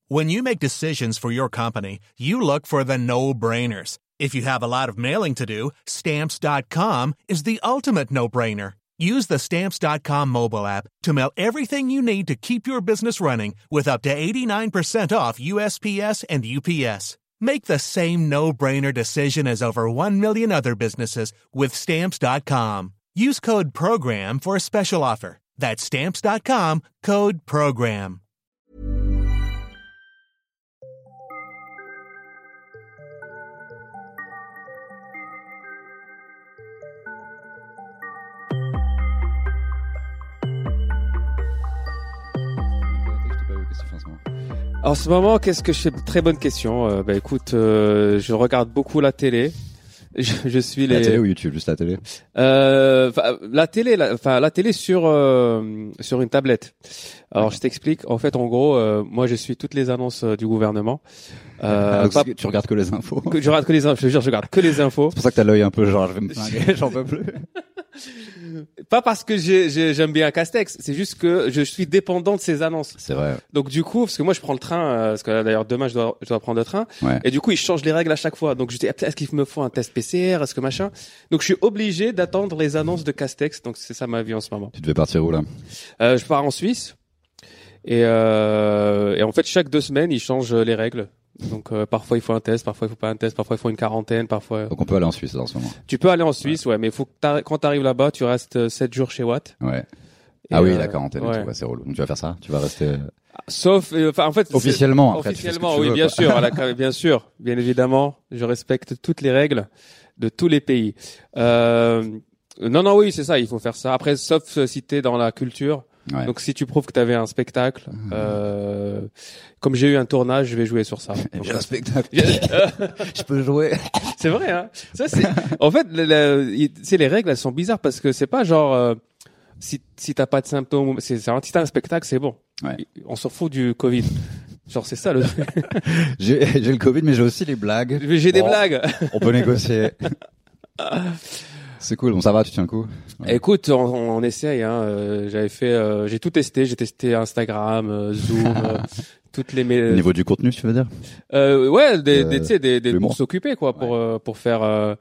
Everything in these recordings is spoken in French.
When you make decisions for your company, you look for the no-brainers. If you have a lot of mailing to do, Stamps.com is the ultimate no-brainer. Use the Stamps.com mobile app to mail everything you need to keep your business running with up to 89% off USPS and UPS. Make the same no-brainer decision as over 1 million other businesses with Stamps.com. Use code PROGRAM for a special offer. That's Stamps.com, code PROGRAM. En ce moment, qu'est-ce que je fais? Très bonne question. Écoute, je regarde beaucoup la télé. Je suis la télé ou YouTube, juste la télé. La télé sur une tablette. Alors je t'explique. En fait, en gros, moi je suis toutes les annonces du gouvernement. Tu regardes que les infos. Je regarde que les infos. Je te jure, je regarde que les infos. C'est pour ça que t'as l'œil un peu genre je vais me flinguer, j'en peux plus. Pas parce que j'aime bien Castex, c'est juste que je suis dépendant de ces annonces. C'est vrai. Donc du coup, parce que moi je prends le train, parce que là, d'ailleurs demain je dois prendre le train, ouais. Et du coup ils changent les règles à chaque fois. Donc je dis est-ce qu'il me faut un test PCR, est-ce que machin. Donc je suis obligé d'attendre les annonces de Castex. Donc c'est ça ma vie en ce moment. Tu devais partir où là? Je pars en Suisse et en fait chaque 2 semaines ils changent les règles. Donc parfois il faut un test, parfois il faut pas un test, parfois il faut une quarantaine, parfois. Donc on peut aller en Suisse là, en ce moment. Tu peux aller en Suisse, ouais, mais il faut que quand t'arrives là-bas, tu restes 7 jours chez Watt. Ouais. Et oui, la quarantaine, ouais. Et tout, ouais, c'est relou. Donc tu vas faire ça, tu vas rester. Sauf, en fait. Officiellement, après. Officiellement, oui, bien sûr, bien sûr, bien évidemment, je respecte toutes les règles de tous les pays. Non, oui, c'est ça, il faut faire ça. Après, sauf si t'es dans la culture. Ouais. Donc si tu prouves que tu avais un spectacle, comme j'ai eu un tournage, je vais jouer sur ça. J'ai un spectacle. Je peux jouer. C'est vrai, hein. Ça c'est. En fait, les règles, elles sont bizarres parce que c'est pas genre si t'as pas de symptômes, si t'as un spectacle, c'est bon. Ouais. On s'en fout du Covid. Genre c'est ça le truc. J'ai le Covid, mais j'ai aussi les blagues. J'ai des blagues. On peut négocier. C'est cool. Bon, ça va, tu tiens le coup? Ouais. Écoute, on essaye, hein. J'ai tout testé. J'ai testé Instagram, Zoom, toutes les. Au niveau du contenu, tu veux dire? Ouais, des bourses occupées, quoi, pour faire,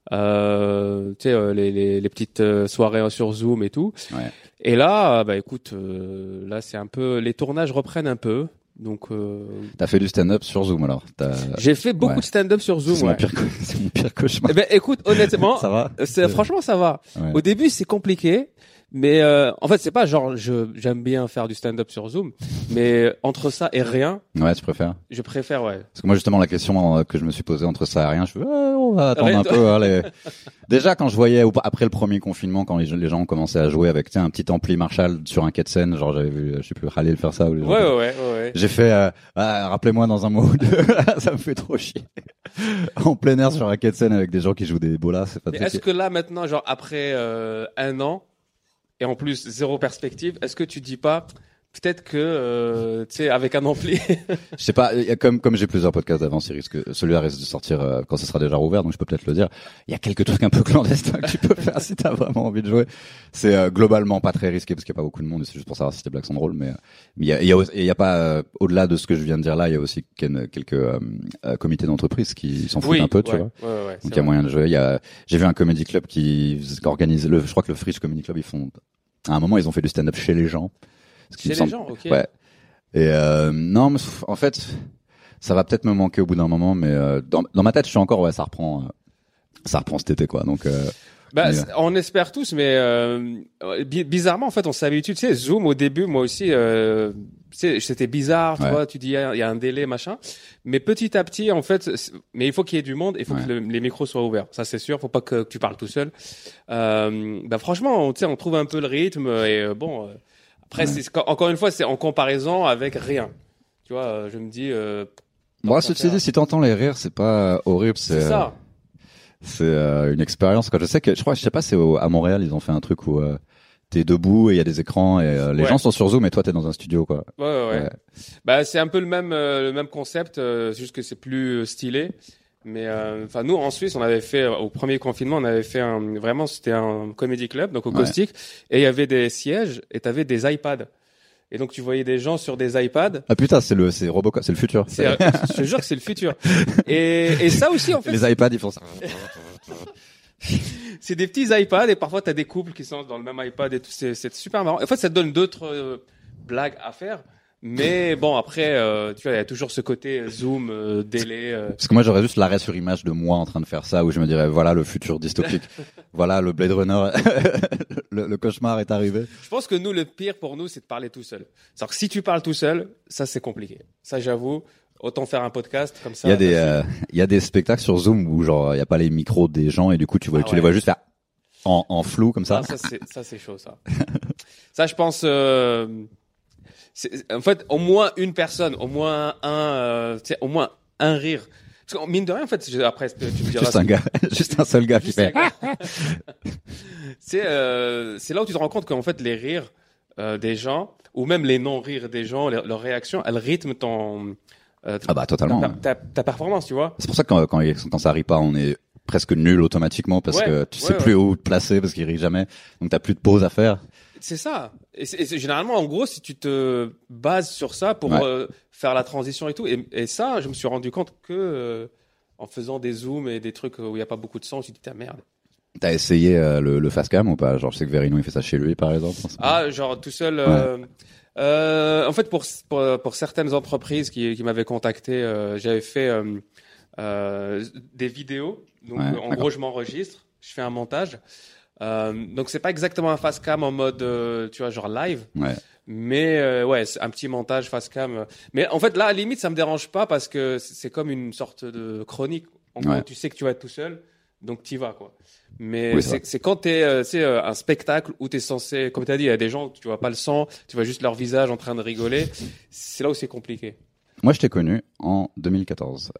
les petites soirées sur Zoom et tout. Ouais. Et là, écoute, là, c'est un peu, les tournages reprennent un peu. Donc, t'as fait du stand-up sur Zoom alors? J'ai fait beaucoup de stand-up sur Zoom. C'est mon pire cauchemar. Eh ben, écoute, honnêtement, ça va. Franchement, ça va. Ouais. Au début, c'est compliqué, mais en fait, c'est pas genre j'aime bien faire du stand-up sur Zoom, mais entre ça et rien. Ouais, tu préfères? Je préfère, ouais. Parce que moi, justement, la question que je me suis posée entre ça et rien, je fais, on va attendre un peu. Hein, Déjà, quand je voyais après le premier confinement, quand les gens ont commencé à jouer avec un petit ampli Marshall sur un quai de scène, genre j'avais vu, je sais plus, Khalil faire ça. Ou les gens Ouais. J'ai fait, rappelez-moi dans un mois ou deux, ça me fait trop chier. En plein air sur un quai de scène avec des gens qui jouent des bolas, c'est pas. Mais est-ce que là maintenant, genre après 1 an et en plus 0 perspective, est-ce que tu dis pas peut-être que tu sais avec un ampli. Je sais pas, comme j'ai plusieurs podcasts d'avance, celui-là risque de sortir quand ce sera déjà rouvert, donc je peux peut-être le dire. Il y a quelques trucs un peu clandestins que tu peux faire si t'as vraiment envie de jouer. C'est globalement pas très risqué parce qu'il y a pas beaucoup de monde, et c'est juste pour savoir si tes blagues sont drôles, mais il y a pas au-delà de ce que je viens de dire là, il y a aussi quelques comités d'entreprise qui s'en foutent un peu, tu vois. Ouais, donc il y a moyen de jouer. J'ai vu un comedy club qui organise je crois que le Fridge Comedy Club, à un moment ils ont fait du stand-up chez les gens. Chez les gens, ok. Ouais. Et non, mais en fait, ça va peut-être me manquer au bout d'un moment, mais dans ma tête, je suis encore, ça reprend cet été, quoi. Donc. On espère tous, mais bizarrement, en fait, on s'est habitué. Tu sais, Zoom au début, moi aussi, c'était bizarre, tu vois. Tu dis, il y a un délai, machin. Mais petit à petit, en fait, mais il faut qu'il y ait du monde, il faut que les micros soient ouverts. Ça, c'est sûr. Faut pas que tu parles tout seul. Franchement, tu sais, on trouve un peu le rythme et bon. Après, encore une fois, c'est en comparaison avec rien. Tu vois, je me dis. Moi, si t'entends les rires, c'est pas horrible. C'est ça. C'est une expérience. Je sais pas, c'est à Montréal, ils ont fait un truc où t'es debout et il y a des écrans et les gens sont sur Zoom et toi t'es dans un studio, quoi. Ouais. Bah, c'est un peu le même concept, c'est juste que c'est plus stylé. Mais nous en Suisse, on avait fait au premier confinement, on avait fait c'était un comedy club, donc au Caustic, et il y avait des sièges et t'avais des iPads. Et donc tu voyais des gens sur des iPads. Ah putain, c'est Robocop, c'est le futur. Je te jure que c'est le futur. Et ça aussi en fait. Les iPads ils font ça. C'est des petits iPads et parfois t'as des couples qui sont dans le même iPad et tout. C'est super marrant. En fait, ça te donne d'autres blagues à faire. Mais bon, après, tu vois, il y a toujours ce côté zoom, délai. Parce que moi, j'aurais juste l'arrêt sur image de moi en train de faire ça, où je me dirais, voilà le futur dystopique, voilà le Blade Runner, le cauchemar est arrivé. Je pense que nous, le pire pour nous, c'est de parler tout seul. C'est-à-dire que si tu parles tout seul, ça c'est compliqué. Ça, j'avoue. Autant faire un podcast comme ça. Il y a des spectacles sur Zoom où genre il y a pas les micros des gens et du coup tu les vois juste faire en flou comme ça. Ah, ça c'est chaud ça. Ça je pense en fait au moins une personne, au moins un rire. Parce que mine de rien en fait après tu me diras juste un seul gars qui fait. C'est là où tu te rends compte qu'en fait les rires des gens ou même les non-rires des gens, leurs réactions, elles rythment ton ah bah totalement. Ta performance, tu vois. C'est pour ça que quand ça rit pas, on est presque nul automatiquement parce que tu sais plus où te placer parce qu'il rit jamais. Donc t'as plus de pause à faire. C'est ça. Et c'est généralement en gros si tu te bases sur ça pour faire la transition et tout. Et ça, je me suis rendu compte que en faisant des zooms et des trucs où il y a pas beaucoup de son, je me suis dit ta merde. T'as essayé le fast cam ou pas? Genre je sais que Verino il fait ça chez lui par exemple. Ah genre tout seul. En fait, pour certaines entreprises qui m'avaient contacté, j'avais fait des vidéos. Donc, en gros, je m'enregistre, je fais un montage. Donc, c'est pas exactement un fast cam en mode, tu vois, genre live. Ouais. Mais c'est un petit montage fast cam. Mais en fait, là, à la limite, ça me dérange pas parce que c'est comme une sorte de chronique. En gros, tu sais que tu vas être tout seul, donc t'y vas, quoi. Mais oui, c'est quand t'es un spectacle où t'es censé, comme t'as dit, il y a des gens tu vois pas le sang, tu vois juste leur visage en train de rigoler. C'est là où c'est compliqué. Moi, je t'ai connu en 2014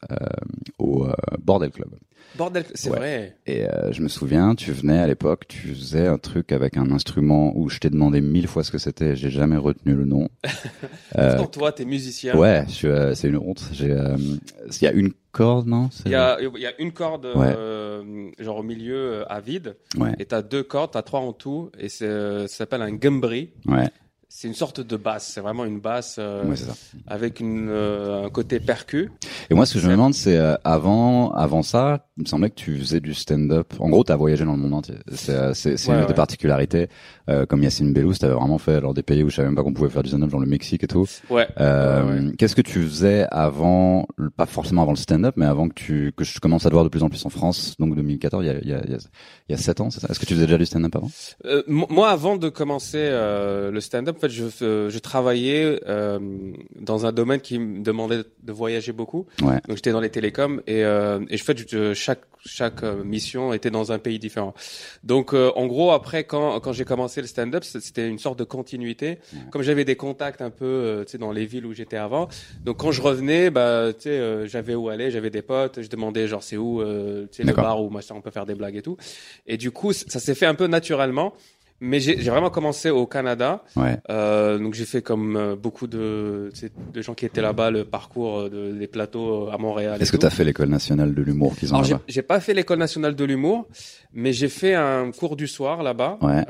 au Bordel Club. Bordel, c'est vrai. Et je me souviens, tu venais à l'époque, tu faisais un truc avec un instrument où je t'ai demandé 1000 fois ce que c'était, j'ai jamais retenu le nom. Pourtant, toi, t'es musicien. Ouais, c'est une honte. Il y a une corde, non? Il y a une corde genre au milieu à vide. Ouais. Et t'as 2 cordes, t'as 3 en tout, et ça s'appelle un gambri. Ouais. C'est une sorte de basse, c'est vraiment une basse c'est ça. Avec un côté percu. Et moi, ce que je me demande, c'est avant ça, il me semblait que tu faisais du stand-up. En gros, t'as voyagé dans le monde entier. C'est une des particularités. Comme Yacine Bellous, t'avais vraiment fait dans des pays où je savais même pas qu'on pouvait faire du stand-up, genre le Mexique et tout. Ouais. Qu'est-ce que tu faisais avant, pas forcément avant le stand-up, mais avant que je commence à te voir de plus en plus en France, donc 2014, il y a 7 ans, c'est ça? Est-ce que tu faisais déjà du stand-up avant? Moi, avant de commencer le stand-up, en fait, je travaillais dans un domaine qui me demandait de voyager beaucoup. Ouais. Donc j'étais dans les télécoms et je fais chaque mission était dans un pays différent. Donc en gros après quand j'ai commencé le stand-up, c'était une sorte de continuité. Ouais. Comme j'avais des contacts un peu tu sais dans les villes où j'étais avant. Donc quand je revenais tu sais j'avais où aller, j'avais des potes, je demandais genre c'est où tu sais le bar où machin on peut faire des blagues et tout. Et du coup ça s'est fait un peu naturellement. Mais j'ai vraiment commencé au Canada. Ouais. Donc j'ai fait comme beaucoup de gens qui étaient là-bas le parcours des plateaux à Montréal. Est-ce que tu as fait l'école nationale de l'humour qu'ils ont là-bas? J'ai pas fait l'école nationale de l'humour, mais j'ai fait un cours du soir là-bas. Ouais.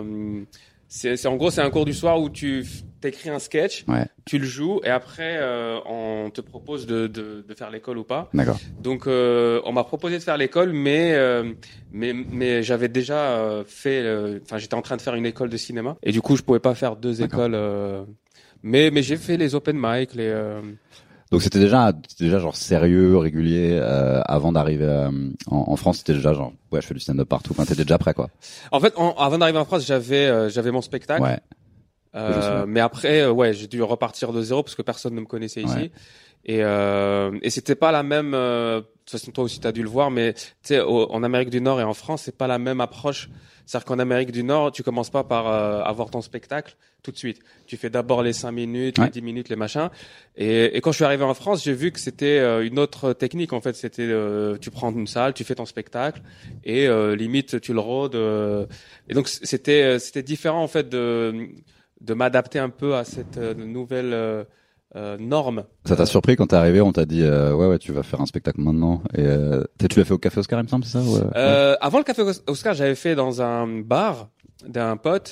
En gros c'est un cours du soir où tu t'écris un sketch, tu le joues et après on te propose de faire l'école ou pas. D'accord. Donc on m'a proposé de faire l'école, mais j'avais déjà j'étais en train de faire une école de cinéma et du coup je pouvais pas faire 2 écoles. Mais j'ai fait les open mic, Donc c'était déjà genre sérieux, régulier avant d'arriver en France. C'était déjà genre je fais du stand-up partout. Enfin t'étais déjà prêt quoi. En fait avant d'arriver en France j'avais mon spectacle. Ouais. Mais après j'ai dû repartir de zéro parce que personne ne me connaissait ici. Et c'était pas la même de toute façon toi aussi t'as dû le voir, mais tu sais en Amérique du Nord et en France c'est pas la même approche. C'est-à-dire qu'en Amérique du Nord tu commences pas par avoir ton spectacle tout de suite. Tu fais d'abord les 5 minutes, les 10 minutes, les machins. Et quand je suis arrivé en France, j'ai vu que c'était une autre technique. En fait, c'était tu prends une salle, tu fais ton spectacle et limite tu le rôdes. Et donc c'était différent en fait de m'adapter un peu à cette nouvelle norme. Ça t'a surpris quand t'es arrivé, on t'a dit ouais tu vas faire un spectacle maintenant et tu l'as fait au Café Oscar il me semble, c'est ça? Avant le Café Oscar, j'avais fait dans un bar d'un pote.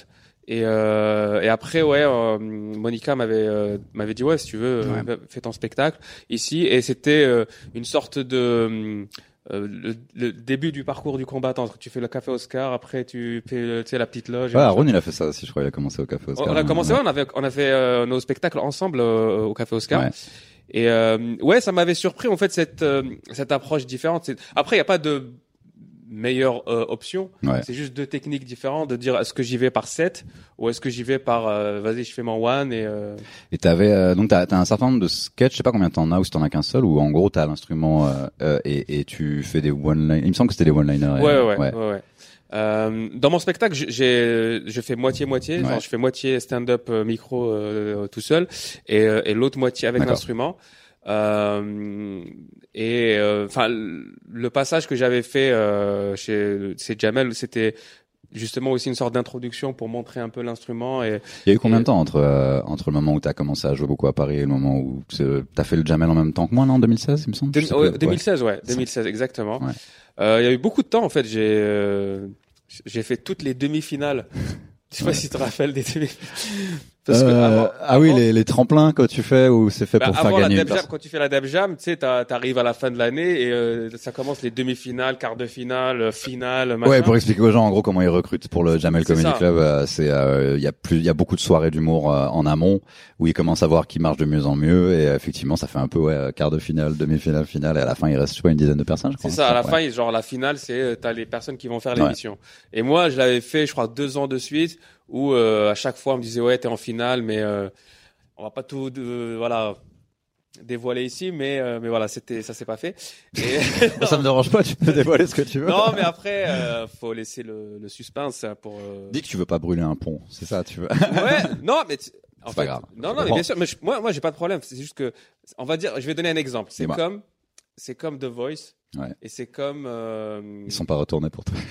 Et après, Monica m'avait dit, ouais, si tu veux, fais ton spectacle ici. Et c'était une sorte de le début du parcours du combattant. Tu fais le Café Oscar, après tu fais la petite loge. Ouais, Aaron, il a fait ça aussi, je crois. Il a commencé au Café Oscar. On a commencé, on a fait nos spectacles ensemble au Café Oscar. Et ça m'avait surpris en fait cette approche différente. Après, il y a pas de meilleure option. C'est juste deux techniques différentes de dire est-ce que j'y vais par set ou est-ce que j'y vais par vas-y je fais mon one et t'avais donc t'as un certain nombre de sketchs, je sais pas combien t'en as ou si t'en as qu'un seul, ou en gros t'as l'instrument et tu fais des one-liners. Il me semble que c'était des one-liners. Ouais. Dans mon spectacle, je fais moitié-moitié. Genre, je fais moitié stand-up micro tout seul et l'autre moitié avec l'instrument. Le passage que j'avais fait chez Jamel, c'était justement aussi une sorte d'introduction pour montrer un peu l'instrument. Et il y a eu combien de temps entre le moment où t'as commencé à jouer beaucoup à Paris et le moment où t'as fait le Jamel en même temps que moi, non, en 2016, il me semble. 2016, 2016 exactement. Il y a eu beaucoup de temps en fait. J'ai fait toutes les demi-finales. Je sais pas si tu te rappelles des demi. Parce que les tremplins que tu fais ou c'est fait pour faire gagner la Deb Jam, quand tu fais la Deb Jam, tu sais, t'arrives à la fin de l'année et ça commence les demi-finales, quarts de finale, finale, machin. Ouais, pour expliquer aux gens en gros comment ils recrutent pour le Jamel Comedy Club, il y a beaucoup de soirées d'humour en amont où ils commencent à voir qui marche de mieux en mieux et effectivement ça fait un peu quart de finale, demi-finale, finale et à la fin il reste une dizaine de personnes, je crois. C'est ça, à la fin, genre la finale, c'est t'as les personnes qui vont faire l'émission. Et moi, je l'avais fait, je crois 2 ans de suite. Où à chaque fois on me disait ouais t'es en finale mais on va pas tout dévoiler ici mais voilà ça s'est pas fait et ça me dérange pas, tu peux dévoiler ce que tu veux. Non mais après faut laisser le suspense pour dis que tu veux pas brûler un pont, c'est ça tu veux. Ouais non mais en fait pas grave. non mais bien sûr mais moi j'ai pas de problème, c'est juste que on va dire, je vais donner un exemple, c'est comme The Voice. Et c'est comme ils sont pas retournés pour toi.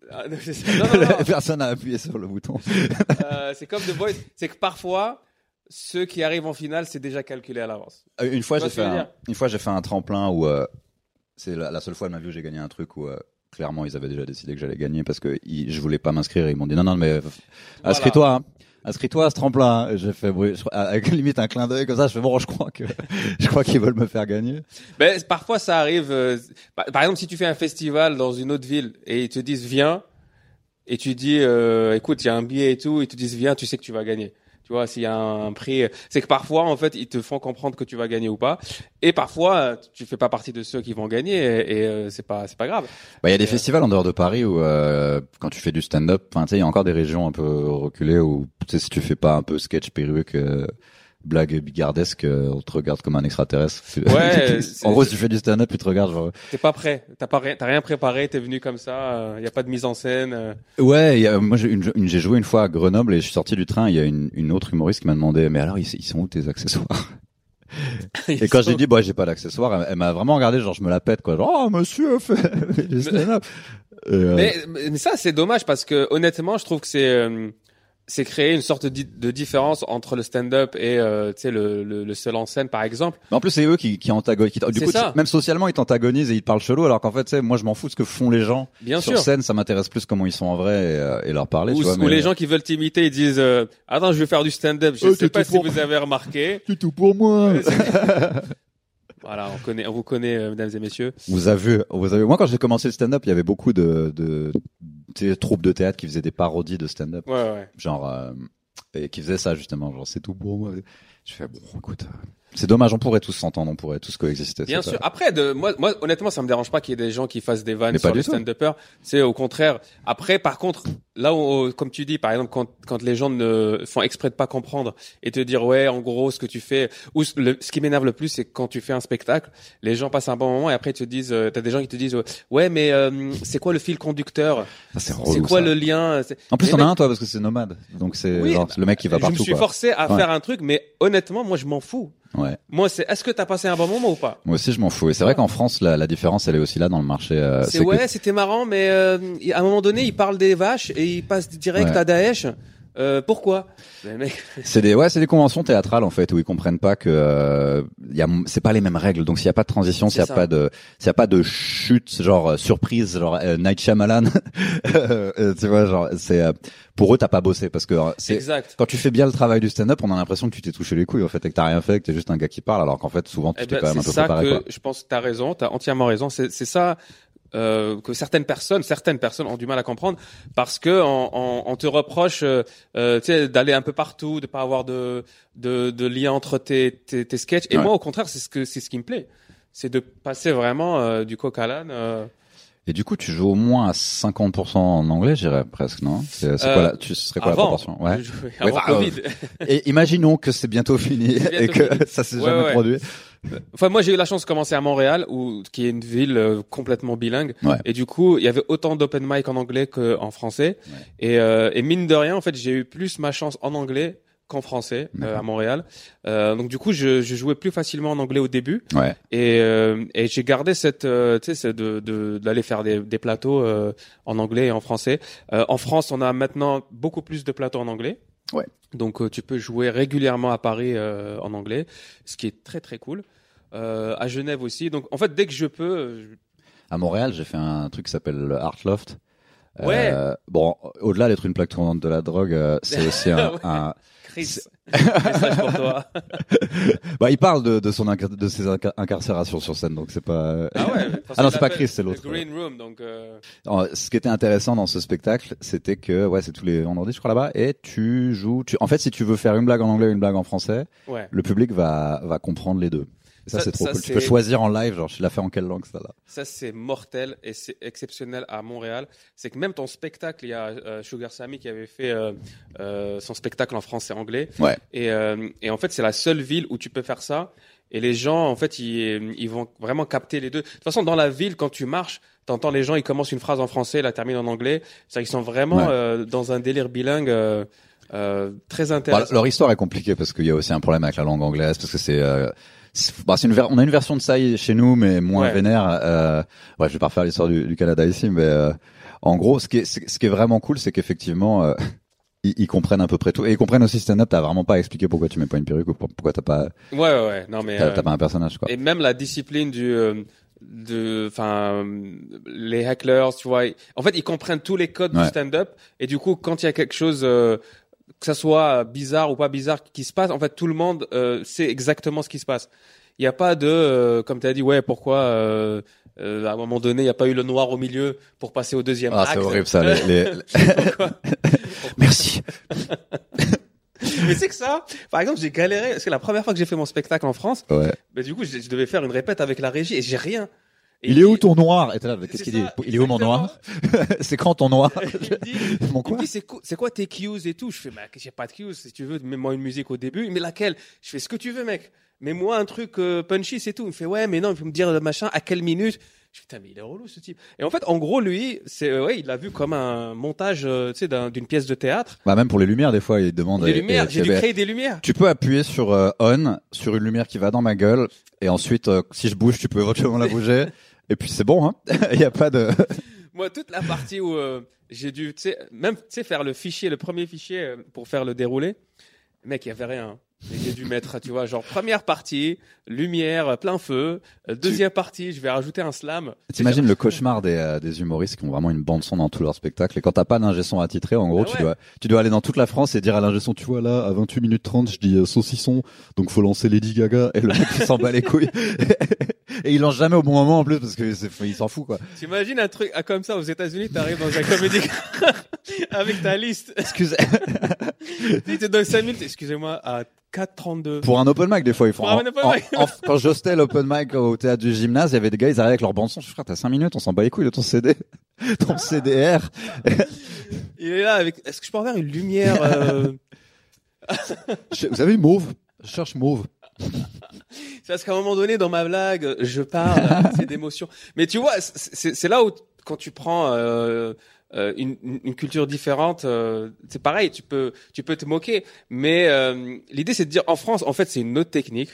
Non. Personne n'a appuyé sur le bouton. C'est comme The Voice, c'est que parfois ceux qui arrivent en finale, c'est déjà calculé à l'avance. Une fois j'ai fait un tremplin où c'est la seule fois de ma vie où j'ai gagné un truc où clairement ils avaient déjà décidé que j'allais gagner parce que je voulais pas m'inscrire et ils m'ont dit non mais inscris-toi hein. Inscris-toi à ce tremplin. J'ai fait avec limite un clin d'œil comme ça. Je fais bon, je crois qu'ils veulent me faire gagner. Ben parfois ça arrive. Par exemple, si tu fais un festival dans une autre ville et ils te disent viens et tu dis écoute, il y a un billet et tout, ils te disent viens, tu sais que tu vas gagner. Tu vois, s'il y a un prix, c'est que parfois en fait ils te font comprendre que tu vas gagner ou pas, et parfois tu fais pas partie de ceux qui vont gagner et c'est pas grave. Il y a des festivals en dehors de Paris où quand tu fais du stand-up, enfin tu sais il y a encore des régions un peu reculées où tu sais si tu fais pas un peu sketch perruque blague bigardesque, on te regarde comme un extraterrestre. Ouais. En gros, si tu fais du stand-up, ils te regardent genre. T'es pas prêt. T'as rien préparé. T'es venu comme ça. Y a pas de mise en scène. Ouais. Moi, j'ai joué une fois à Grenoble et je suis sorti du train. Il y a une autre humoriste qui m'a demandé, mais alors, ils sont où tes accessoires? Et quand j'ai dit, j'ai pas d'accessoires, elle m'a vraiment regardé, genre, je me la pète, quoi. Genre, oh, monsieur, fait du stand-up. Mais ça, c'est dommage parce que, honnêtement, je trouve que c'est créer une sorte de différence entre le stand-up et tu sais le seul en scène par exemple. Mais en plus c'est eux qui antagonisent. Du coup même socialement ils t'antagonisent et ils te parlent chelou alors qu'en fait tu sais moi je m'en fous de ce que font les gens sur scène, ça m'intéresse plus comment ils sont en vrai et leur parler. Ou les gens qui veulent t'imiter ils disent attends je vais faire du stand-up, je sais pas si vous avez remarqué. C'est tout pour moi. Voilà, on vous connaît, mesdames et messieurs. Vous avez. Moi, quand j'ai commencé le stand-up, il y avait beaucoup de troupes de théâtre qui faisaient des parodies de stand-up. Ouais. Genre, et qui faisaient ça, justement. Genre, c'est tout pour moi. Je fais, bon, écoute, c'est dommage, on pourrait tous s'entendre, on pourrait tous coexister. Bien sûr. Après, moi, honnêtement, ça me dérange pas qu'il y ait des gens qui fassent des vannes sur les stand-uppers. C'est au contraire. Après, par contre, là où, comme tu dis, par exemple, quand les gens ne font exprès de pas comprendre et te dire, ouais, en gros, ce que tu fais, ou ce qui m'énerve le plus, c'est quand tu fais un spectacle, les gens passent un bon moment et après ils te disent, t'as des gens qui te disent, ouais, mais, c'est quoi le fil conducteur? C'est relou, c'est quoi le lien? En plus, t'en as un, toi, parce que c'est nomade. Donc c'est, genre, le mec qui va partout. Je me suis forcé à faire un truc, mais honnêtement, moi, je m'en fous. Ouais. Moi, est-ce que t'as passé un bon moment ou pas? Moi aussi, je m'en fous. Et c'est vrai qu'en France, la différence, elle est aussi là dans le marché. C'était marrant, mais à un moment donné, ils parlent des vaches et ils passent direct à Daesh. Pourquoi? Mais mec, C'est des conventions théâtrales en fait où ils comprennent pas que c'est pas les mêmes règles. Donc s'il y a pas de transition, s'il y a pas de chute genre surprise genre Night Shyamalan, tu vois genre c'est pour eux t'as pas bossé parce que c'est exact. quand tu fais bien le travail du stand-up, on a l'impression que tu t'es touché les couilles en fait et que t'as rien fait, que t'es juste un gars qui parle alors qu'en fait souvent tu t'es quand même un peu préparé. C'est ça quoi. que je pense que t'as entièrement raison. C'est ça. Que certaines personnes ont du mal à comprendre parce que on te reproche tu sais d'aller un peu partout, de pas avoir de lien entre tes sketchs et moi au contraire c'est ce qui me plaît, c'est de passer vraiment du coq à l'âne. Et du coup, tu joues au moins à 50% en anglais, je dirais presque, non? C'est quoi ce serait quoi la proportion? Ouais. Avant Covid. Et imaginons que c'est bientôt fini et que ça s'est jamais produit. Enfin, moi, j'ai eu la chance de commencer à Montréal, qui est une ville complètement bilingue. Ouais. Et du coup, il y avait autant d'open mic en anglais qu'en français. Ouais. Et mine de rien, en fait, j'ai eu plus ma chance en anglais qu'en français à Montréal. Donc du coup, je jouais plus facilement en anglais au début. Ouais. Et j'ai gardé cette tu sais d'aller faire des plateaux en anglais et en français. En France, on a maintenant beaucoup plus de plateaux en anglais. Ouais. Donc tu peux jouer régulièrement à Paris en anglais, ce qui est très très cool. À Genève aussi. Donc en fait, dès que je peux À Montréal, j'ai fait un truc qui s'appelle Art Loft. Ouais. Bon, au-delà d'être une plaque tournante de la drogue, c'est aussi un Chris, message pour toi. Bah, il parle de ses incarcérations sur scène, donc c'est pas. Ah ouais. Ah non, c'est pas Chris, c'est l'autre. Green Room, donc. Ce qui était intéressant dans ce spectacle, c'était que c'est tous les vendredis, je crois là-bas, et tu joues. En fait, si tu veux faire une blague en anglais ou une blague en français, le public va comprendre les deux. Ça c'est trop cool. Tu peux choisir en live, genre, tu l'as fait en quelle langue, ça là. Ça, c'est mortel et c'est exceptionnel à Montréal. C'est que même ton spectacle, il y a Sugar Sammy qui avait fait son spectacle en français et anglais. Ouais. Et en fait, c'est la seule ville où tu peux faire ça. Et les gens, en fait, ils vont vraiment capter les deux. De toute façon, dans la ville, quand tu marches, t'entends les gens, ils commencent une phrase en français, la terminent en anglais. C'est-à-dire qu'ils sont vraiment dans un délire bilingue. Très intéressant. Bah, leur histoire est compliquée parce qu'il y a aussi un problème avec la langue anglaise parce que on a une version de ça chez nous mais moins vénère. Je vais pas refaire l'histoire du Canada ici, mais en gros, ce qui est vraiment cool, c'est qu'effectivement ils comprennent à peu près tout et ils comprennent aussi stand-up. T'as vraiment pas à expliquer pourquoi tu mets pas une perruque ou pourquoi t'as pas. Ouais. Non mais t'as pas un personnage quoi. Et même la discipline les hecklers, tu vois. En fait, ils comprennent tous les codes du stand-up et du coup, quand il y a quelque chose que ça soit bizarre ou pas bizarre qui se passe, en fait, tout le monde sait exactement ce qui se passe. Il n'y a pas de, comme tu as dit, pourquoi à un moment donné, il n'y a pas eu le noir au milieu pour passer au deuxième acte. C'est horrible ça. Pourquoi Merci. Mais c'est que ça, par exemple, j'ai galéré parce que la première fois que j'ai fait mon spectacle en France, du coup, je devais faire une répète avec la régie et j'ai rien. Et il est où ton noir? Et t'es là, qu'est-ce qu'il dit? Il est où mon noir? C'est quand ton noir? Il me dit, c'est quoi tes cues et tout? Je fais, j'ai pas de cues. Si tu veux, mets-moi une musique au début. Mais laquelle? Je fais ce que tu veux, mec. Mets-moi un truc punchy, c'est tout. Il me fait, mais non, il faut me dire machin, à quelle minute? Je fais, putain, mais il est relou, ce type. Et en fait, en gros, lui, il l'a vu comme un montage, tu sais, d'une pièce de théâtre. Bah, même pour les lumières, des fois, il demande. Des lumières. J'ai dû créer des lumières. Tu peux appuyer sur on, sur une lumière qui va dans ma gueule. Et ensuite, si je bouge, tu peux éventuellement la bouger. Et puis c'est bon, hein. Il y a pas de. Moi, toute la partie où j'ai dû, faire le premier fichier pour faire le déroulé, mec, il y avait rien. Et j'ai dû mettre, tu vois, genre première partie, lumière, plein feu. Deuxième partie, je vais rajouter un slam. T'imagines le cauchemar des humoristes qui ont vraiment une bande son dans tout leur spectacle. Et quand t'as pas d'ingé son attitré, en gros, tu dois aller dans toute la France et dire à l'ingé son, tu vois là, à 28 minutes 30, je dis saucisson, donc faut lancer Lady Gaga. Et le mec il s'en bat les couilles. Et il lance jamais au bon moment en plus parce que il s'en fout quoi. T'imagines un truc comme ça aux États-Unis, t'arrives dans un comédie avec ta liste. Excusez. Tu te donnes 5 minutes, excusez-moi, à 4:32. Pour un open mic, des fois, ils font. Quand j'hostais l'open mic au théâtre du gymnase, il y avait des gars, ils arrivaient avec leur bande son. Je frère, t'as 5 minutes, on s'en bat les couilles de ton CD, ton CDR. Il est là avec, est-ce que je peux avoir une lumière, Vous avez mauve? Je cherche mauve. C'est parce qu'à un moment donné, dans ma blague, je parle, c'est d'émotion. Mais tu vois, c'est là où, quand tu prends, une culture différente, c'est pareil, tu peux te moquer, mais l'idée c'est de dire en France, en fait, c'est une autre technique.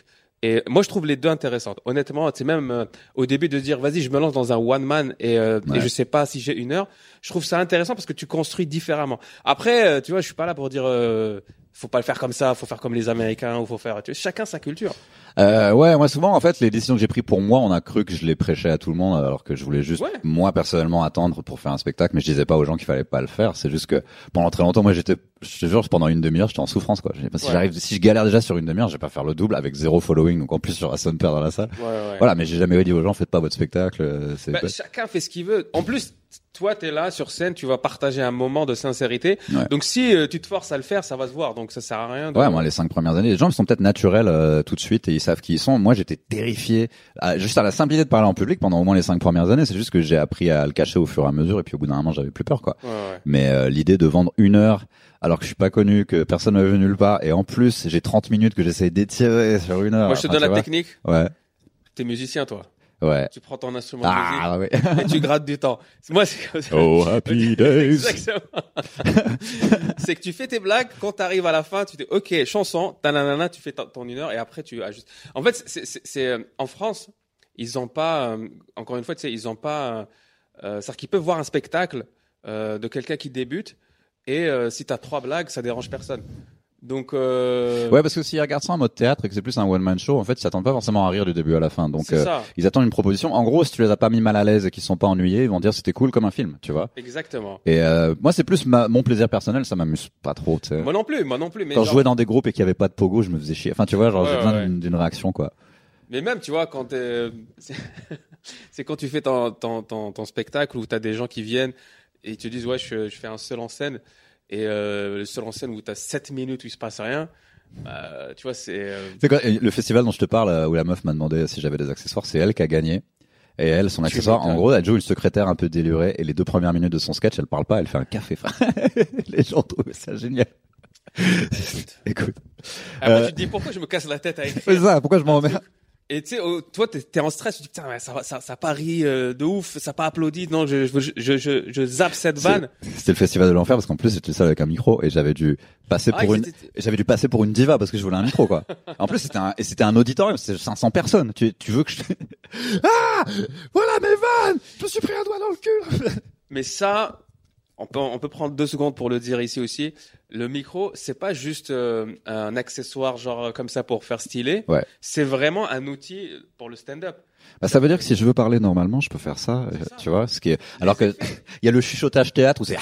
Et moi, je trouve les deux intéressantes. Honnêtement, c'est même au début de dire, vas-y, je me lance dans un one man et je sais pas si j'ai 1 heure. Je trouve ça intéressant parce que tu construis différemment. Après, tu vois, je suis pas là pour dire, faut pas le faire comme ça, faut faire comme les Américains ou faut faire. Tu vois, chacun sa culture. Ouais, moi souvent en fait les décisions que j'ai prises pour moi, on a cru que je les prêchais à tout le monde alors que je voulais juste moi personnellement attendre pour faire un spectacle, mais je disais pas aux gens qu'il fallait pas le faire. C'est juste que pendant très longtemps, moi je te jure, pendant une demi-heure, j'étais en souffrance quoi. Si je galère déjà sur une demi-heure, je vais pas faire le double avec 0 following, donc en plus sur son père dans la salle. Voilà, mais j'ai jamais dit aux gens faites pas votre spectacle. Chacun fait ce qu'il veut. En plus, toi t'es là sur scène, tu vas partager un moment de sincérité. Donc si tu te forces à le faire, ça va se voir. Donc ça sert à rien. Ouais, moi les 5 premières années, les gens ils sont peut-être naturels tout de suite et ils savent qui ils sont. Moi j'étais terrifié juste à la simplicité de parler en public pendant au moins les 5 premières années. C'est juste que j'ai appris à le cacher au fur et à mesure et puis au bout d'un moment j'avais plus peur quoi. Mais l'idée de vendre 1 heure alors que je suis pas connu, que personne ne veut nulle part et en plus j'ai 30 minutes que j'essaye d'étirer sur 1 heure. Moi je te donne la technique. Ouais. T'es musicien toi. Ouais. Tu prends ton instrument de musique et tu grattes du temps. Moi, c'est comme ça. Oh, happy days. Exactement. C'est que tu fais tes blagues, quand t'arrives à la fin, tu dis, OK, chanson, tananana, tu fais ton 1 heure et après tu ajustes. En fait, c'est en France, ils ont pas, encore une fois, tu sais, ils ont pas, c'est-à-dire qu'ils peuvent voir un spectacle, de quelqu'un qui débute et, si t'as 3 blagues, ça dérange personne. Donc ouais, parce que s'ils regardent ça en mode théâtre et que c'est plus un one man show, en fait, ils s'attendent pas forcément à rire du début à la fin. Donc ils attendent une proposition. En gros, si tu les as pas mis mal à l'aise et qu'ils sont pas ennuyés, ils vont dire c'était cool comme un film, tu vois. Exactement. Et moi, c'est plus mon plaisir personnel, ça m'amuse pas trop, tu sais. Moi non plus. Mais quand je jouais dans des groupes et qu'il y avait pas de pogo, je me faisais chier. Enfin, tu vois, genre j'ai besoin d'une réaction quoi. Mais même, tu vois, quand c'est quand tu fais ton spectacle où t'as des gens qui viennent et ils te disent ouais, je fais un seul en scène. Et le seul en scène où t'as 7 minutes où il se passe rien, tu vois, c'est quoi, le festival dont je te parle où la meuf m'a demandé si j'avais des accessoires, c'est elle qui a gagné. Et elle, son accessoire, en gros, elle joue une secrétaire un peu délurée et les 2 premières minutes de son sketch, elle parle pas, elle fait un café. Les gens trouvaient ça génial. Écoute. Après, tu te dis pourquoi je me casse la tête avec c'est ça, pourquoi je m'en remets. Et tu sais, toi, t'es en stress, tu te dis, putain, ça pas ri de ouf, ça pas applaudi, non, je zappe cette vanne. C'était le festival de l'enfer parce qu'en plus, j'étais seul avec un micro et j'avais dû passer pour une diva parce que je voulais un micro, quoi. En plus, c'était un auditorium, c'était 500 personnes. Tu veux que je... Ah! Voilà mes vannes! Je me suis pris un doigt dans le cul! Mais ça, on peut prendre 2 secondes pour le dire ici aussi. Le micro, c'est pas juste un accessoire genre comme ça pour faire stylé. Ouais. C'est vraiment un outil pour le stand-up. Bah, ça veut dire que si je veux parler normalement, je peux faire ça, tu vois, ce qui est, alors que il y a le chuchotage théâtre où c'est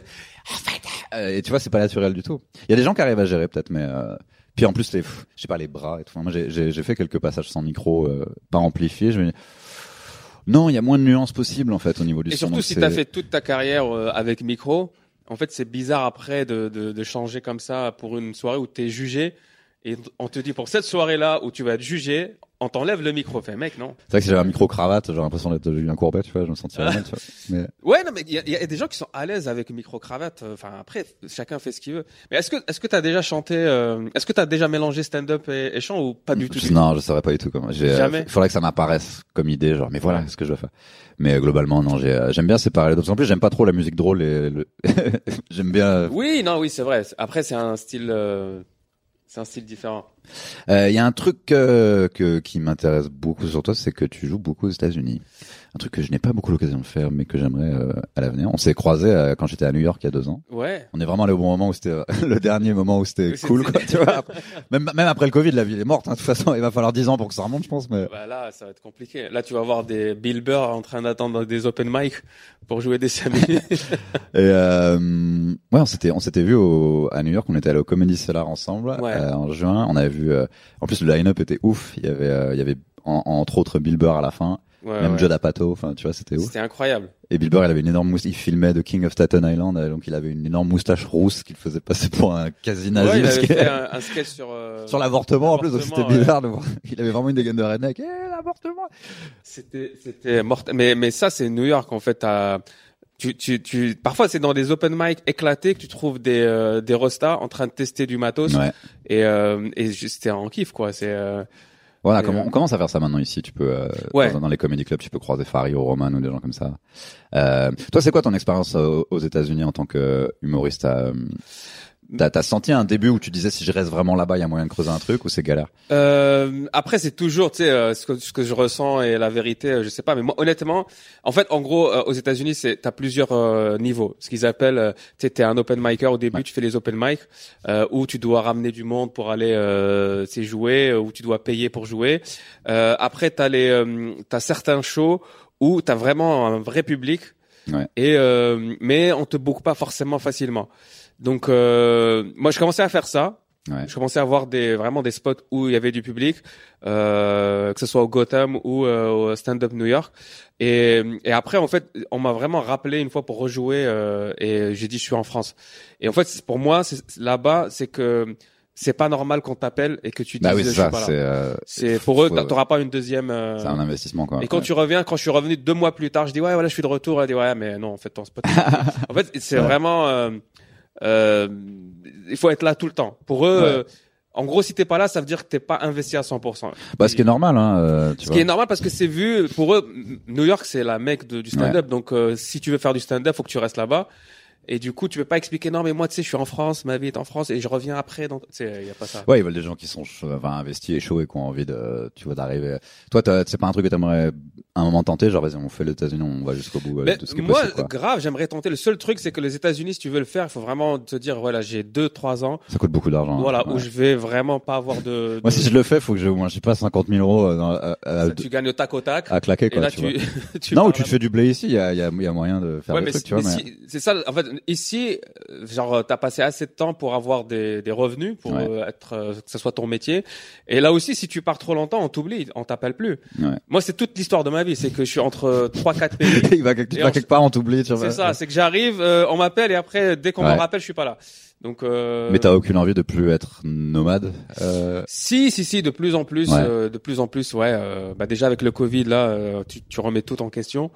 et tu vois, c'est pas naturel du tout. Il y a des gens qui arrivent à gérer peut-être, mais puis en plus je sais pas, les bras et tout. Moi j'ai fait quelques passages sans micro, pas amplifié, je me dis non, il y a moins de nuances possibles en fait au niveau du son. Et surtout si t'as fait toute ta carrière avec micro, en fait c'est bizarre après de changer comme ça pour une soirée où t'es jugé et on te dit pour cette soirée-là où tu vas être jugé, on t'enlève le micro. Fait mec, non. C'est vrai que si j'avais un micro cravate, j'aurais l'impression d'être Julien Courbet, tu vois, je me sentirais mal, tu vois. Mais... Ouais, non, mais il y a des gens qui sont à l'aise avec le micro cravate. Enfin, après, chacun fait ce qu'il veut. Mais est-ce que t'as déjà chanté, est-ce que t'as déjà mélangé stand-up et chant ou pas du tout? Non, je saurais pas du tout comment. Jamais. Faudrait que ça m'apparaisse comme idée, genre, mais voilà, ce que je veux faire. Mais globalement, non, j'aime bien séparer les deux. En plus, j'aime pas trop la musique drôle j'aime bien. Oui, c'est vrai. Après, c'est un style différent. Il y a un truc qui m'intéresse beaucoup sur toi, c'est que tu joues beaucoup aux États-Unis. Un truc que je n'ai pas beaucoup l'occasion de faire, mais que j'aimerais à l'avenir. On s'est croisés quand j'étais à New York il y a 2 ans. Ouais. On est vraiment allé au bon moment où c'était le dernier moment où c'était cool, quoi, tu vois. Même après le Covid, la ville est morte. Hein, de toute façon, il va falloir 10 ans pour que ça remonte, je pense. Mais bah là, ça va être compliqué. Là, tu vas voir des Bill Burr en train d'attendre des open mic pour jouer des 5 minutes. Et ouais, on s'était vu à New York. On était allé au Comedy Cellar ensemble en juin. On avait vu. En plus, le line-up était ouf. Il y avait entre autres Bill Burr à la fin. Même Joe D'Apato, enfin tu vois, c'était ouf. C'était incroyable. Et Bill Burr, il avait une énorme moustache, il filmait The King of Staten Island, donc il avait une énorme moustache rousse qu'il faisait passer pour un quasi-nazi. Ouais, il avait fait un sketch sur l'avortement en plus, donc c'était bizarre de voir. Il avait vraiment une dégaine de redneck. L'avortement. C'était mortel. Mais ça, c'est New York, en fait. Parfois, c'est dans des open mic éclatés que tu trouves des rostas en train de tester du matos. Ouais. Et c'était en kiff, quoi. Voilà, on commence à faire ça maintenant ici. Tu peux dans les comedy clubs, tu peux croiser Fario, Roman ou des gens comme ça. Toi, c'est quoi ton expérience aux États-Unis en tant que humoriste T'as senti un début où tu disais si je reste vraiment là-bas, il y a moyen de creuser un truc ou c'est galère? Après c'est toujours, tu sais, ce que je ressens et la vérité, je sais pas. Mais moi, honnêtement, en fait, en gros, aux États-Unis, t'as plusieurs niveaux. Ce qu'ils appellent, tu sais, t'es un open micer au début, tu fais les open mic, où tu dois ramener du monde pour aller, jouer, où tu dois payer pour jouer. Après, t'as certains shows où t'as vraiment un vrai public. Ouais. Et mais on te book pas forcément facilement. Donc moi je commençais à faire ça. Ouais. Je commençais à avoir vraiment des spots où il y avait du public, que ce soit au Gotham ou au Stand Up New York. Et après en fait on m'a vraiment rappelé une fois pour rejouer et j'ai dit je suis en France. Et en fait pour moi là-bas c'est que c'est pas normal qu'on t'appelle et que tu dises oui, je ça, suis pas là. C'est pour eux t'auras pas une deuxième. C'est un investissement quoi. Et quand tu reviens, quand je suis revenu 2 mois plus tard, je dis ouais voilà je suis de retour. Elle dit ouais mais non en fait ton spot. En fait c'est vraiment il faut être là tout le temps. Pour eux, en gros si t'es pas là, ça veut dire que t'es pas investi à 100%. Bah ce qui est normal hein. Ce qui est normal parce que c'est vu pour eux. New York c'est la mecque du stand-up. Donc si tu veux faire du stand-up, faut que tu restes là-bas. Et du coup, tu peux pas expliquer non mais moi tu sais je suis en France, ma vie est en France et je reviens après donc tu sais il y a pas ça. Ouais, ils veulent des gens qui sont investis et chauds et qui ont envie de d'arriver. Toi c'est pas un truc que t'aimerais à un moment tenter, genre vas-y on fait les États-Unis, on va jusqu'au bout de ce qui est moi possible, quoi. Grave, j'aimerais tenter. Le seul truc c'est que les États-Unis si tu veux le faire, il faut vraiment te dire voilà, j'ai 2-3 ans. Ça coûte beaucoup d'argent. Voilà, où je vais vraiment pas avoir de Moi si je le fais, faut que j'ai au moins je sais pas 50 000 euros tu gagnes au tac au tac à claquer quoi, et là tu vois. tu non, ou tu te fais du blé ici, il y a moyen de faire des trucs, tu vois, mais c'est ça en fait ici genre t'as passé assez de temps pour avoir des revenus pour être que ce soit ton métier et là aussi si tu pars trop longtemps on t'oublie, on t'appelle plus. Moi c'est toute l'histoire de ma vie, c'est que je suis entre 3-4 pays. Tu vas quelque part on t'oublie, tu vois. C'est ça, c'est que j'arrive on m'appelle et après dès qu'on me rappelle je suis pas là. Donc mais t'as aucune envie de plus être nomade? Si de plus en plus bah déjà avec le Covid là tu remets tout en question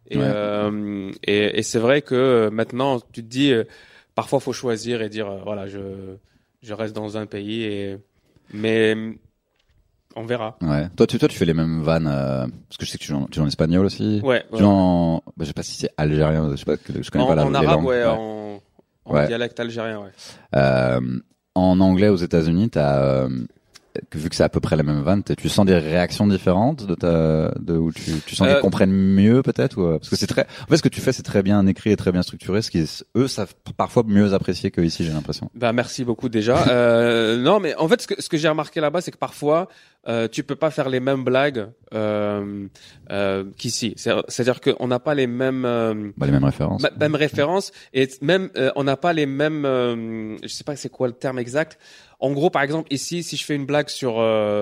et c'est vrai que maintenant tu te dis parfois faut choisir et dire voilà je reste dans un pays mais on verra. Ouais. Toi tu fais les mêmes vannes parce que je sais que tu es en espagnol aussi. Ouais. Bah, je sais pas si c'est algérien, je sais pas, je connais pas en les arabe langues. en dialecte algérien en anglais aux États-Unis, t'as vu que c'est à peu près la même vanne, tu sens des réactions différentes où tu sens qu'ils comprennent mieux peut-être ou parce que c'est très en fait ce que tu fais c'est très bien écrit et très bien structuré, ce qui eux savent parfois mieux apprécier que ici, j'ai l'impression. Bah merci beaucoup déjà. Non mais en fait ce que j'ai remarqué là-bas c'est que parfois tu peux pas faire les mêmes blagues qu'ici. C'est-à-dire qu'on n'a pas les mêmes les mêmes références. Mêmes références et même on n'a pas les mêmes je sais pas c'est quoi le terme exact. En gros, par exemple, ici, si je fais une blague sur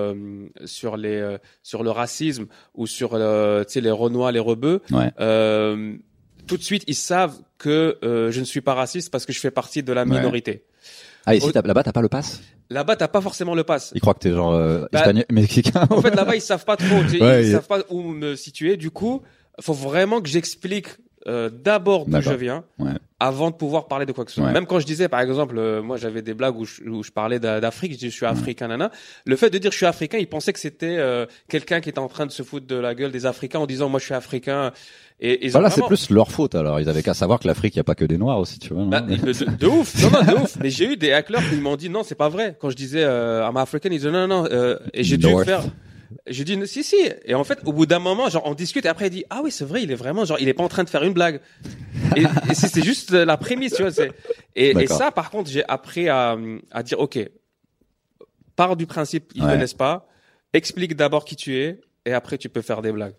le racisme ou sur les Renois, les Rebeux, tout de suite ils savent que je ne suis pas raciste parce que je fais partie de la minorité. Ah, ici là-bas t'as pas le pass? Là-bas t'as pas forcément le pass. Ils croient que t'es genre espagnol, mexicain. En fait là-bas ils savent pas trop, ils savent pas où me situer. Du coup, faut vraiment que j'explique d'abord d'où je viens. Avant de pouvoir parler de quoi que ce soit. Même quand je disais, par exemple, moi j'avais des blagues où je parlais d'Afrique, je dis je suis africain, nana. Le fait de dire je suis africain, ils pensaient que c'était quelqu'un qui était en train de se foutre de la gueule des Africains en disant moi je suis africain. Et voilà, c'est plus leur faute alors. Ils avaient qu'à savoir que l'Afrique, il y a pas que des Noirs aussi, tu vois. De ouf, de ouf. Mais j'ai eu des hacklers qui m'ont dit non, c'est pas vrai. Quand je disais I'm African, ils disaient non. Et j'ai dû faire. J'ai dit si. Et en fait, au bout d'un moment, genre on discute et après il dit ah oui c'est vrai, il est vraiment genre il est pas en train de faire une blague. et c'est juste la prémisse, tu vois. Et ça, par contre, j'ai appris à dire ok, pars du principe ils connaissent pas, explique d'abord qui tu es et après tu peux faire des blagues.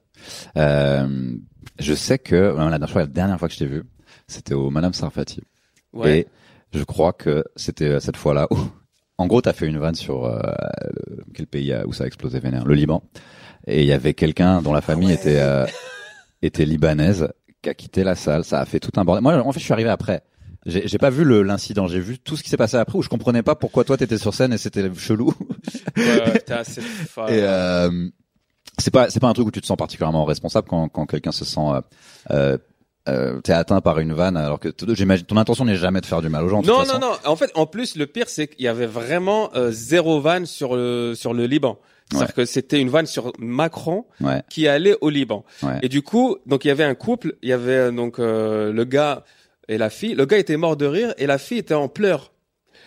Je sais que la dernière fois que je t'ai vu, c'était au Madame Sarfati. Ouais. Et je crois que c'était cette fois-là où, en gros, t'as fait une vanne sur quel pays où ça a explosé vénère, le Liban. Et il y avait quelqu'un dont la famille était libanaise qui a quitté la salle. Ça a fait tout un bordel. Moi, en fait, je suis arrivé après. J'ai pas vu l'incident. J'ai vu tout ce qui s'est passé après où je comprenais pas pourquoi toi t'étais sur scène et c'était chelou. T'es assez fort. Et c'est pas un truc où tu te sens particulièrement responsable quand quelqu'un se sent t'es atteint par une vanne alors que j'imagine ton intention n'est jamais de faire du mal aux gens. Non. En fait, en plus, le pire c'est qu'il y avait vraiment zéro vanne sur le Liban. C'est-à-dire que c'était une vanne sur Macron qui allait au Liban. Et du coup, donc il y avait un couple, il y avait donc le gars et la fille. Le gars était mort de rire et la fille était en pleurs.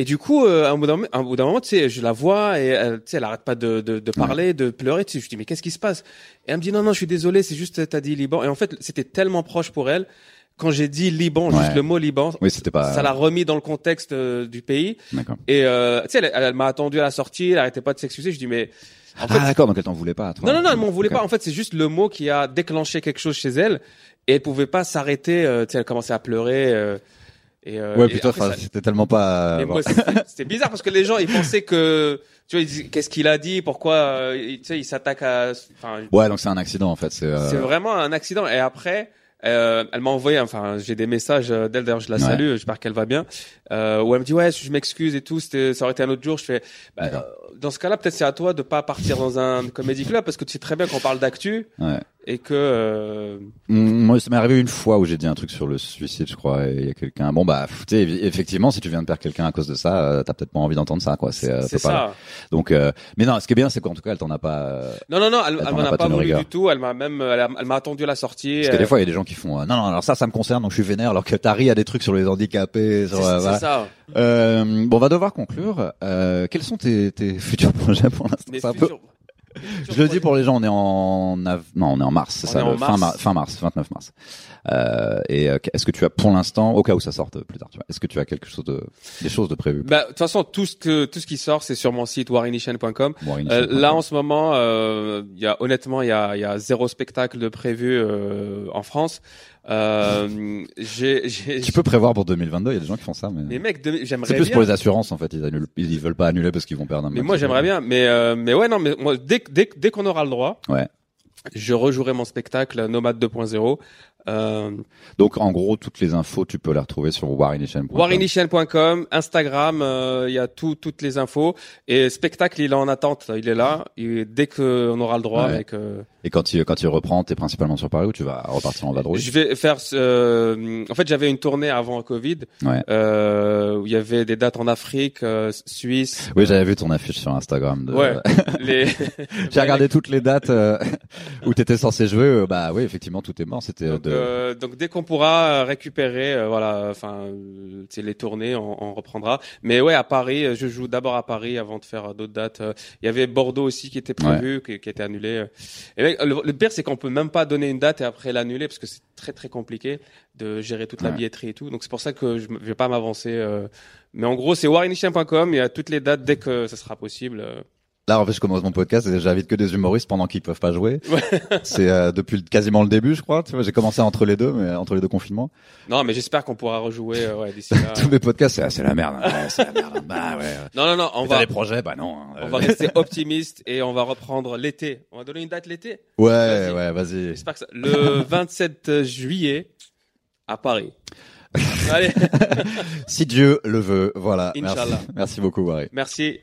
Et du coup, à un bout d'un moment, tu sais, je la vois et tu sais, elle arrête pas de parler, de pleurer. Tu sais, je dis mais qu'est-ce qui se passe? Et elle me dit non, je suis désolé, c'est juste t'as dit Liban. Et en fait, c'était tellement proche pour elle. Quand j'ai dit Liban, juste le mot Liban, c'était pas... ça l'a remis dans le contexte du pays. D'accord. Et tu sais, elle m'a attendu à la sortie, elle arrêtait pas de s'excuser. Je dis mais en fait, d'accord, donc elle t'en voulait pas. Toi. Non, elle m'en voulait pas. En fait, c'est juste le mot qui a déclenché quelque chose chez elle et elle pouvait pas s'arrêter. Tu sais, elle commençait à pleurer. Ouais, puis toi, c'était tellement pas. Mais moi, c'était bizarre parce que les gens, ils pensaient que, tu vois, ils disaient, qu'est-ce qu'il a dit, pourquoi, tu sais, il s'attaque à. Ouais, donc c'est un accident en fait. C'est vraiment un accident. Et après, elle m'a envoyé, enfin, j'ai des messages d'elle. D'ailleurs, je la salue. J'espère qu'elle va bien. Où elle me dit ouais, je m'excuse et tout. Ça aurait été un autre jour. Je fais. Dans ce cas-là, peut-être c'est à toi de pas partir dans un comédie club parce que tu sais très bien qu'on parle d'actu. Ouais. Et que moi ça m'est arrivé une fois où j'ai dit un truc sur le suicide, je crois, et il y a quelqu'un tu sais, effectivement si tu viens de perdre quelqu'un à cause de ça, t'as peut-être pas envie d'entendre ça, quoi. C'est ça. Pas... Donc mais non, ce qui est bien c'est qu'en tout cas elle t'en a pas non, elle m'en a pas voulu du tout. Elle m'a attendu à la sortie. Parce que des fois il y a des gens qui font non alors ça me concerne, donc je suis vénère, alors que t'as ri à des trucs sur les handicapés, sur, c'est ça. On va devoir conclure. Quels sont tes futurs projets pour l'instant? Je le dis pour les gens, on est en mars, c'est ça, fin mars, 29 mars. Et est-ce que tu as pour l'instant, au cas où ça sorte plus tard, tu vois, est-ce que tu as des choses de prévues? De toute façon, tout ce qui sort, c'est sur mon site warinishane.com. Là, en ce moment, il y a 0 spectacle de prévu en France. Tu peux prévoir pour 2022, il y a des gens qui font ça, mais mec, j'aimerais c'est plus bien. Pour les assurances en fait, ils veulent pas annuler parce qu'ils vont perdre un. Mais moi j'aimerais bien, mais ouais non, mais moi dès qu'on aura le droit, je rejouerai mon spectacle Nomade 2.0. Donc en gros toutes les infos tu peux les retrouver sur warinishane.com. warinishane.com, Instagram, il y a toutes les infos et spectacle il est en attente, il est là et dès qu'on aura le droit Et quand tu reprends, t'es principalement sur Paris ou tu vas repartir en vadrouille? Je vais faire en fait j'avais une tournée avant Covid où il y avait des dates en Afrique, Suisse. Oui, j'avais vu ton affiche sur Instagram J'ai regardé toutes les dates où t'étais censé jouer, oui, effectivement tout est mort, c'était donc dès qu'on pourra récupérer les tournées on reprendra. Mais ouais, à Paris, je joue d'abord à Paris avant de faire d'autres dates. Il y avait Bordeaux aussi qui était prévu qui était annulé. Et le pire c'est qu'on peut même pas donner une date et après l'annuler parce que c'est très très compliqué de gérer toute la billetterie et tout. Donc c'est pour ça que je vais pas m'avancer mais en gros c'est warinishane.com, il y a toutes les dates dès que ça sera possible. Là, en fait, je commence mon podcast et j'invite que des humoristes pendant qu'ils peuvent pas jouer. C'est depuis quasiment le début, je crois. Tu vois, j'ai commencé entre les deux confinements. Non, mais j'espère qu'on pourra rejouer d'ici là. Tous mes podcasts, c'est la merde. C'est la merde. Non, on va. T'as des projets, non. On va rester optimiste et on va reprendre l'été. On va donner une date l'été. Ouais, vas-y. J'espère que le 27 juillet à Paris. Allez. Si Dieu le veut, voilà. Inch'Allah. Merci beaucoup, Wari. Merci.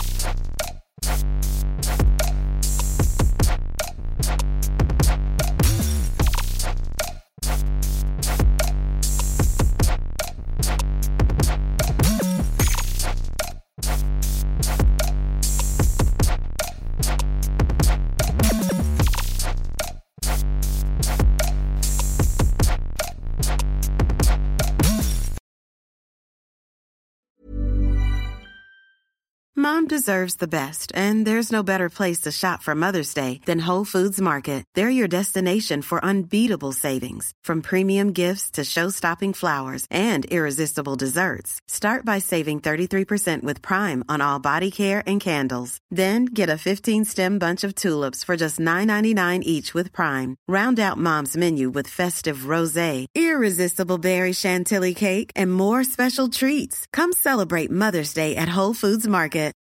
Mom deserves the best, and there's no better place to shop for Mother's Day than Whole Foods Market. They're your destination for unbeatable savings, from premium gifts to show-stopping flowers and irresistible desserts. Start by saving 33% with Prime on all body care and candles. Then get a 15-stem bunch of tulips for just $9.99 each with Prime. Round out Mom's menu with festive rosé, irresistible berry chantilly cake, and more special treats. Come celebrate Mother's Day at Whole Foods Market.